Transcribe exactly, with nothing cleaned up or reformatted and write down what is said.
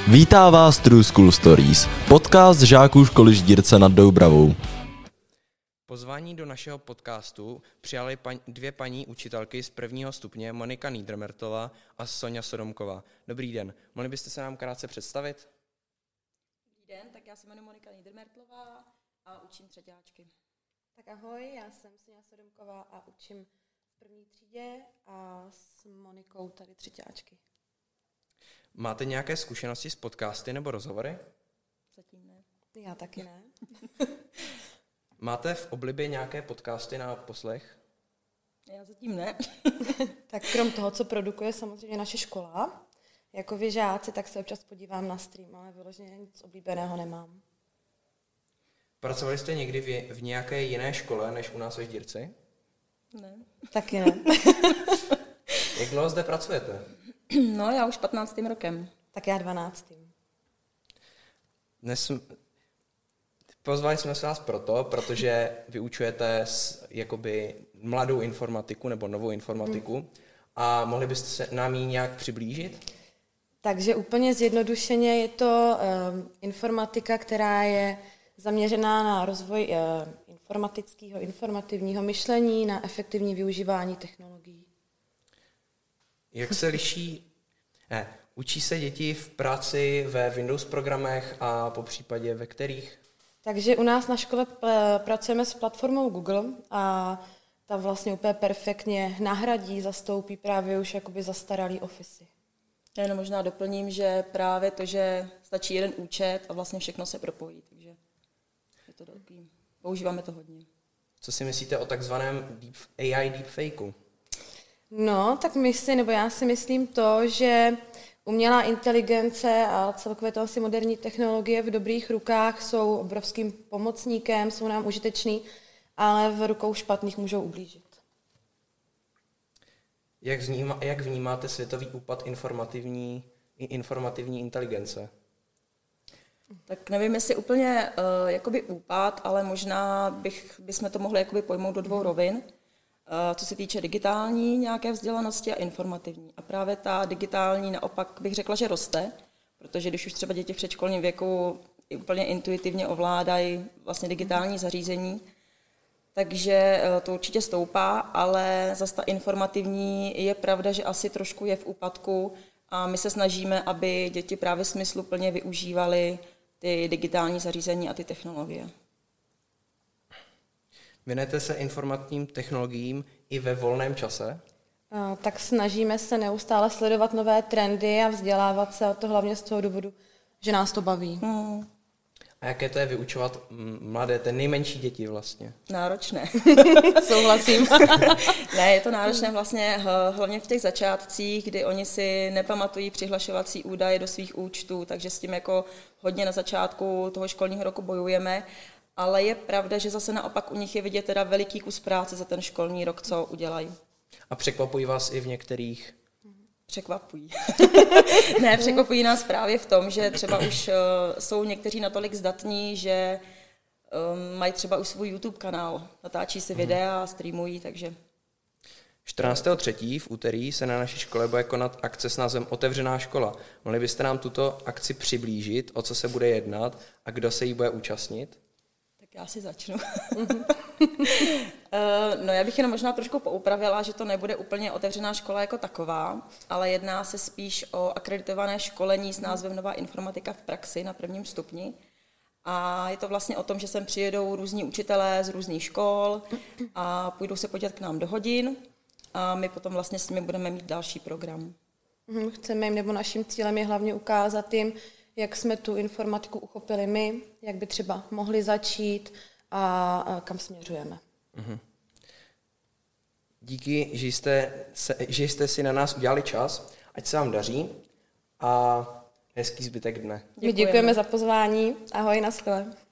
Vítá vás True School Stories, podcast žáků školy Ždírce nad Doubravou. Pozvání do našeho podcastu přijali paň, dvě paní učitelky z prvního stupně, Monika Niedermertová a Sonja Sodomková. Dobrý den, mohli byste se nám krátce představit? Dobrý den, tak já se jmenuji Monika Niedermertová a učím třeťáčky. Tak ahoj, já jsem Sonja Sodomková a učím v první třídě a s Monikou tady třeťáčky. Máte nějaké zkušenosti s podcasty nebo rozhovory? Zatím ne. Já taky ne. Máte v oblibě nějaké podcasty na poslech? Já zatím ne. Tak krom toho, co produkuje samozřejmě naše škola, jako vy žáci, tak se občas podívám na stream, ale vyloženě nic oblíbeného nemám. Pracovali jste někdy v, v nějaké jiné škole než u nás ve Ždírci? Ne. Taky ne. Jak dlouho zde pracujete? No, já už patnáctým rokem. Tak já dvanáctým. Dnes pozvali jsme se vás proto, protože vyučujete s, jakoby mladou informatiku nebo novou informatiku hmm. a mohli byste se nám ji nějak přiblížit? Takže úplně zjednodušeně je to um, informatika, která je zaměřená na rozvoj uh, informatického, informativního myšlení, na efektivní využívání technologií. Jak se liší, ne, učí se děti v práci ve Windows programech a po případě ve kterých? Takže u nás na škole p- pracujeme s platformou Google a ta vlastně úplně perfektně nahradí, zastoupí právě už jakoby zastaralý Office. Já jenom možná doplním, že právě to, že stačí jeden účet a vlastně všechno se propojí, takže je to dobrý. Používáme to hodně. Co si myslíte o takzvaném deep, A I deepfakeu? No, tak my si, nebo já si myslím to, že umělá inteligence a celkově to asi moderní technologie v dobrých rukách jsou obrovským pomocníkem, jsou nám užitečný, ale v rukou špatných můžou ublížit. Jak, vníma, jak vnímáte světový úpad informativní, informativní inteligence? Tak nevím, jestli úplně uh, jakoby úpad, ale možná bych, bychom to mohli jakoby pojmout do dvou rovin. Uh, co se týče digitální nějaké vzdělanosti a informativní. A právě ta digitální naopak bych řekla, že roste, protože když už třeba děti v předškolním věku i úplně intuitivně ovládají vlastně digitální zařízení, takže uh, to určitě stoupá, ale zase ta informativní je pravda, že asi trošku je v úpadku a my se snažíme, aby děti právě smysluplně využívaly ty digitální zařízení a ty technologie. Věnujete se informačním technologiím i ve volném čase? A, tak snažíme se neustále sledovat nové trendy a vzdělávat se, a to hlavně z toho důvodu, že nás to baví. Hmm. A jaké to je vyučovat mladé, ty nejmenší děti vlastně? Náročné. Souhlasím. Ne, je to náročné vlastně hlavně v těch začátcích, kdy oni si nepamatují přihlašovací údaje do svých účtů, takže s tím jako hodně na začátku toho školního roku bojujeme. Ale je pravda, že zase naopak u nich je vidět teda veliký kus práce za ten školní rok, co udělají. A překvapují vás i v některých? Překvapují. Ne, překvapují nás právě v tom, že třeba už uh, jsou někteří natolik zdatní, že um, mají třeba už svůj YouTube kanál, natáčí si videa a streamují, takže... čtrnáctého třetího v úterý se na naší škole bude konat akce s názvem Otevřená škola. Mohli byste nám tuto akci přiblížit, o co se bude jednat a kdo se jí bude účastnit? Tak já si začnu. No já bych jenom možná trošku poupravila, že to nebude úplně otevřená škola jako taková, ale jedná se spíš o akreditované školení s názvem Nová informatika v praxi na prvním stupni. A je to vlastně o tom, že sem přijedou různí učitelé z různých škol a půjdou se podívat k nám do hodin a my potom vlastně s nimi budeme mít další program. Chceme jim, nebo naším cílem je hlavně ukázat jim, jak jsme tu informatiku uchopili my, jak by třeba mohli začít a, a kam směřujeme. Mhm. Díky, že jste, se, že jste si na nás udělali čas, ať se vám daří a hezký zbytek dne. My děkujeme za pozvání. Ahoj, naschle.